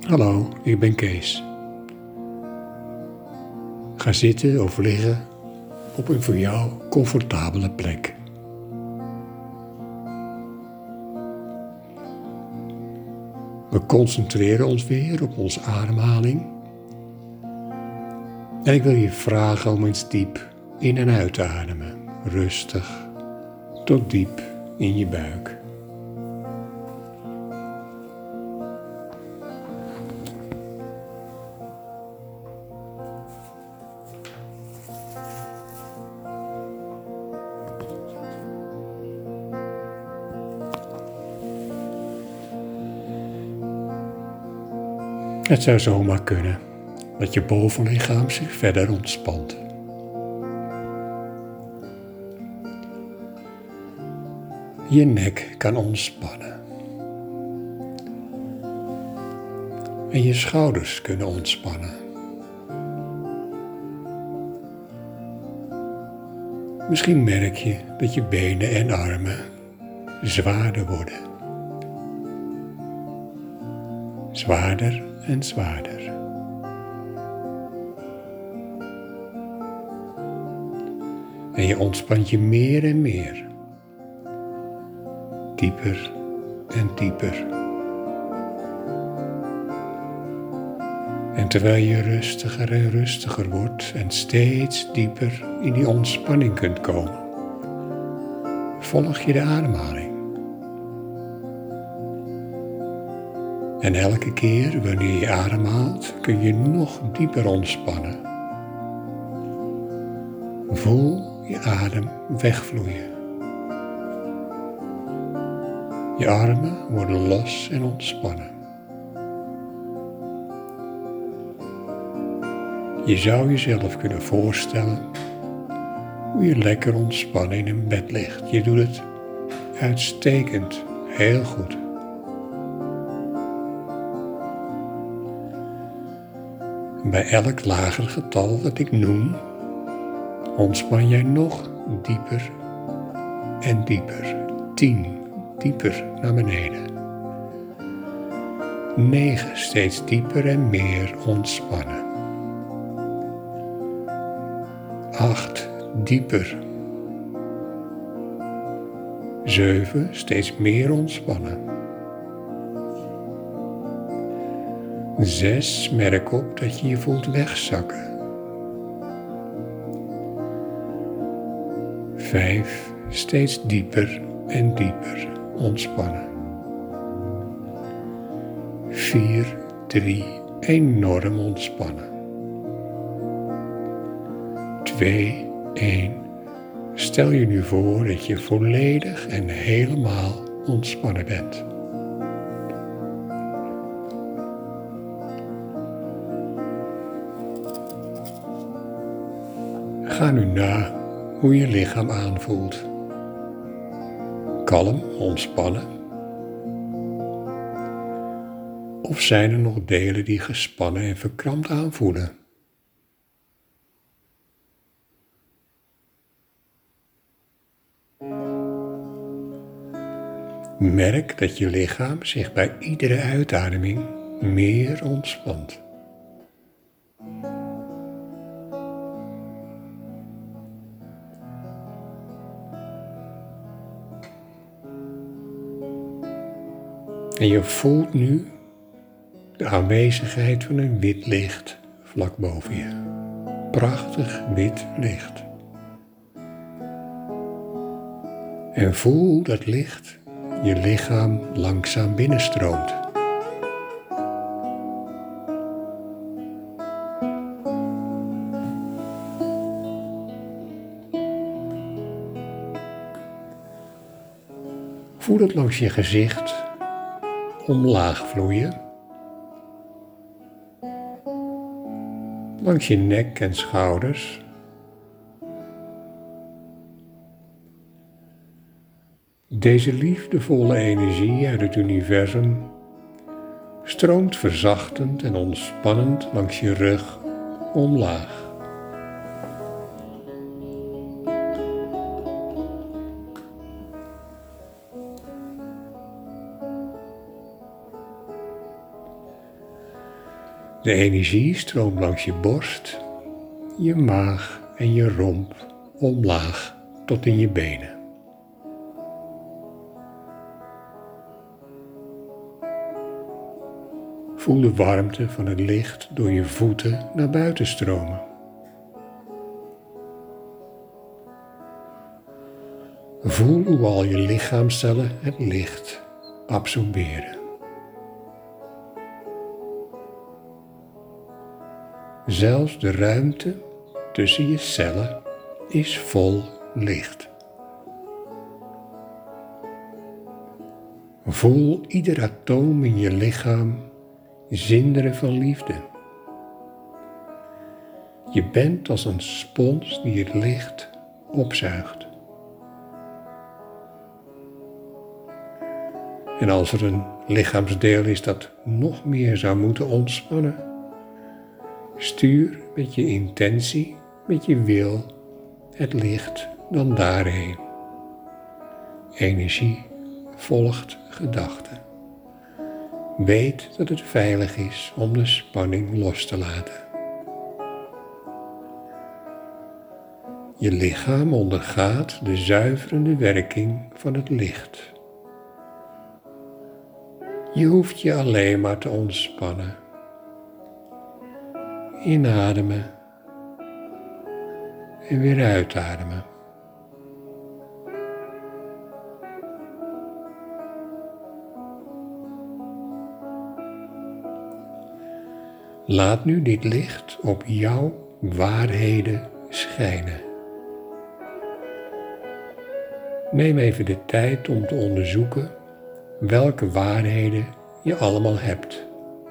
Hallo, ik ben Kees. Ga zitten of liggen op een voor jou comfortabele plek. We concentreren ons weer op onze ademhaling. En ik wil je vragen om eens diep in en uit te ademen. Rustig tot diep in je buik. Het zou zomaar kunnen dat je bovenlichaam zich verder ontspant. Je nek kan ontspannen. En je schouders kunnen ontspannen. Misschien merk je dat je benen en armen zwaarder worden. Zwaarder en zwaarder. En je ontspant je meer en meer. Dieper en dieper. En terwijl je rustiger en rustiger wordt en steeds dieper in die ontspanning kunt komen, volg je de ademhaling. En elke keer wanneer je ademhaalt, kun je nog dieper ontspannen. Voel je adem wegvloeien. Je armen worden los en ontspannen. Je zou jezelf kunnen voorstellen hoe je lekker ontspannen in een bed ligt. Je doet het uitstekend, heel goed. Bij elk lager getal dat ik noem, ontspan jij nog dieper en dieper. 10, dieper naar beneden. 9, steeds dieper en meer ontspannen. 8, dieper. 7, steeds meer ontspannen. 6, merk op dat je je voelt wegzakken. 5, steeds dieper en dieper ontspannen. 4, 3, enorm ontspannen. 2, 1, stel je nu voor dat je volledig en helemaal ontspannen bent. Ga nu na hoe je lichaam aanvoelt. Kalm, ontspannen? Of zijn er nog delen die gespannen en verkrampt aanvoelen? Merk dat je lichaam zich bij iedere uitademing meer ontspant. En je voelt nu de aanwezigheid van een wit licht vlak boven je. Prachtig wit licht. En voel dat licht je lichaam langzaam binnenstroomt. Voel het langs je gezicht omlaag vloeien. Langs je nek en schouders. Deze liefdevolle energie uit het universum stroomt verzachtend en ontspannend langs je rug omlaag. De energie stroomt langs je borst, je maag en je romp omlaag tot in je benen. Voel de warmte van het licht door je voeten naar buiten stromen. Voel hoe al je lichaamcellen het licht absorberen. Zelfs de ruimte tussen je cellen is vol licht. Voel ieder atoom in je lichaam zinderen van liefde. Je bent als een spons die het licht opzuigt. En als er een lichaamsdeel is dat nog meer zou moeten ontspannen, stuur met je intentie, met je wil, het licht dan daarheen. Energie volgt gedachte. Weet dat het veilig is om de spanning los te laten. Je lichaam ondergaat de zuiverende werking van het licht. Je hoeft je alleen maar te ontspannen. Inademen en weer uitademen. Laat nu dit licht op jouw waarheden schijnen. Neem even de tijd om te onderzoeken welke waarheden je allemaal hebt.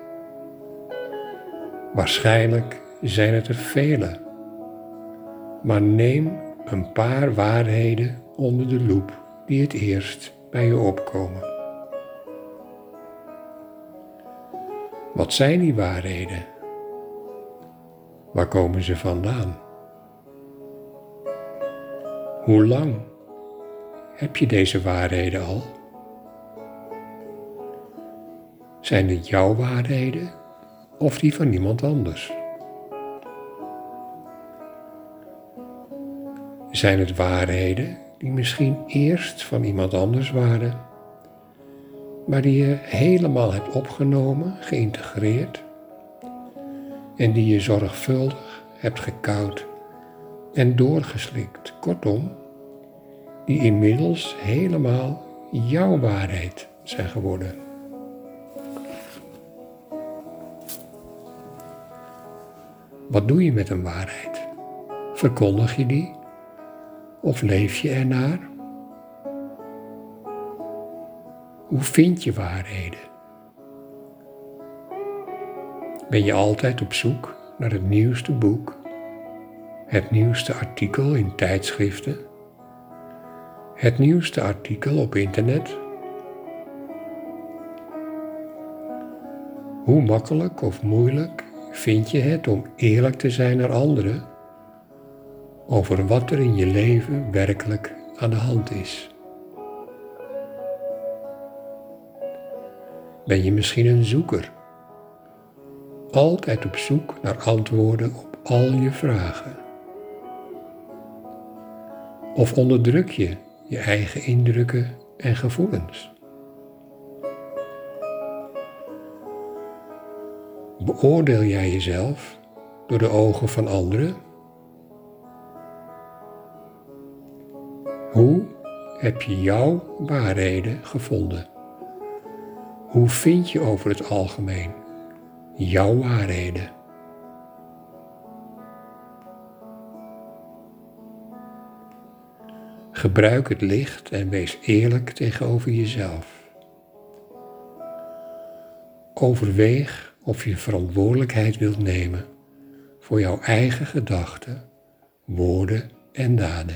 Waarschijnlijk zijn het er vele, maar neem een paar waarheden onder de loep die het eerst bij je opkomen. Wat zijn die waarheden? Waar komen ze vandaan? Hoe lang heb je deze waarheden al? Zijn dit jouw waarheden of die van iemand anders? Zijn het waarheden die misschien eerst van iemand anders waren, maar die je helemaal hebt opgenomen, geïntegreerd en die je zorgvuldig hebt gekauwd en doorgeslikt? Kortom, die inmiddels helemaal jouw waarheid zijn geworden. Wat doe je met een waarheid? Verkondig je die? Of leef je ernaar? Hoe vind je waarheden? Ben je altijd op zoek naar het nieuwste boek, het nieuwste artikel in tijdschriften, het nieuwste artikel op internet? Hoe makkelijk of moeilijk vind je het om eerlijk te zijn naar anderen over wat er in je leven werkelijk aan de hand is? Ben je misschien een zoeker, altijd op zoek naar antwoorden op al je vragen? Of onderdruk je je eigen indrukken en gevoelens? Beoordeel jij jezelf door de ogen van anderen? Hoe heb je jouw waarheden gevonden? Hoe vind je over het algemeen jouw waarheden? Gebruik het licht en wees eerlijk tegenover jezelf. Overweeg of je verantwoordelijkheid wilt nemen voor jouw eigen gedachten, woorden en daden.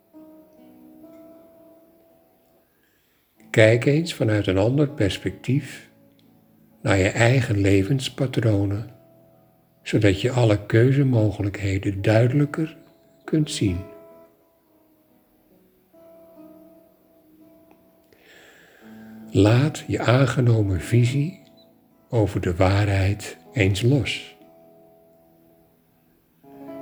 Kijk eens vanuit een ander perspectief naar je eigen levenspatronen, zodat je alle keuzemogelijkheden duidelijker kunt zien. Laat je aangenomen visie over de waarheid eens los.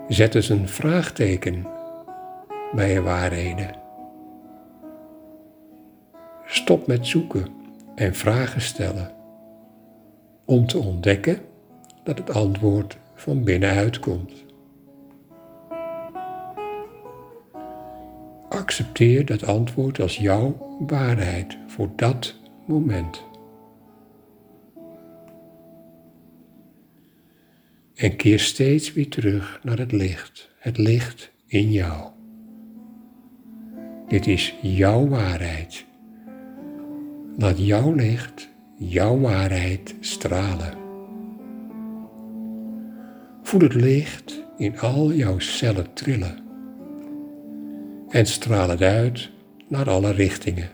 Zet eens een vraagteken bij je waarheden. Stop met zoeken en vragen stellen om te ontdekken dat het antwoord van binnenuit komt. Accepteer dat antwoord als jouw waarheid voor dat moment. En keer steeds weer terug naar het licht in jou. Dit is jouw waarheid. Laat jouw licht, jouw waarheid stralen. Voel het licht in al jouw cellen trillen. En straal het uit naar alle richtingen.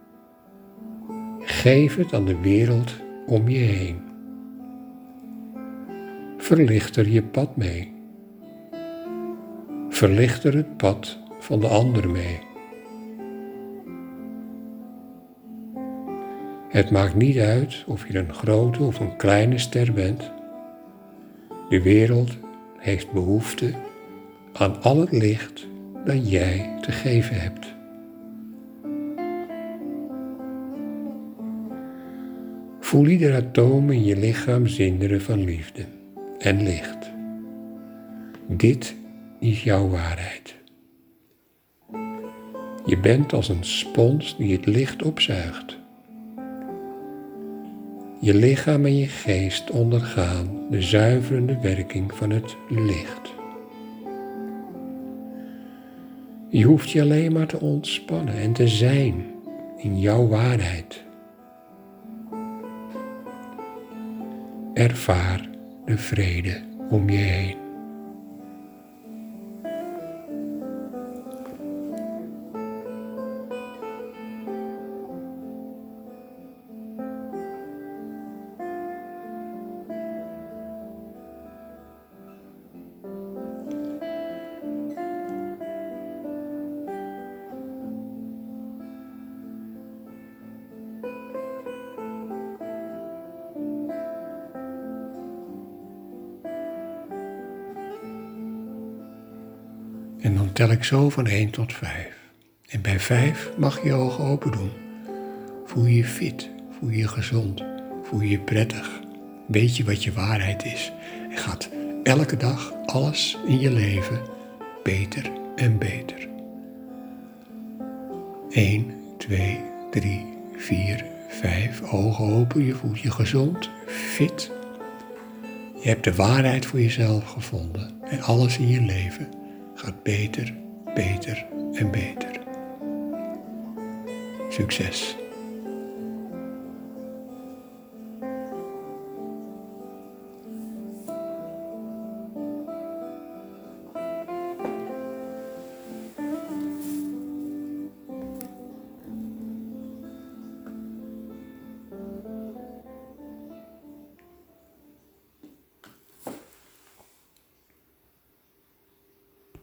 Geef het aan de wereld om je heen. Verlicht er je pad mee. Verlicht er het pad van de ander mee. Het maakt niet uit of je een grote of een kleine ster bent. De wereld heeft behoefte aan al het licht dat jij te geven hebt. Voel ieder atoom in je lichaam zinderen van liefde en licht. Dit is jouw waarheid. Je bent als een spons die het licht opzuigt. Je lichaam en je geest ondergaan de zuiverende werking van het licht. Je hoeft je alleen maar te ontspannen en te zijn in jouw waarheid. Ervaar de vrede om je heen. En dan tel ik zo van 1 tot 5. En bij 5 mag je je ogen open doen. Voel je je fit, voel je je gezond, voel je je prettig. Weet je wat je waarheid is. En gaat elke dag alles in je leven beter en beter. 1, 2, 3, 4, 5. Ogen open, je voelt je gezond, fit. Je hebt de waarheid voor jezelf gevonden. En alles in je leven gaat beter, beter en beter. Succes!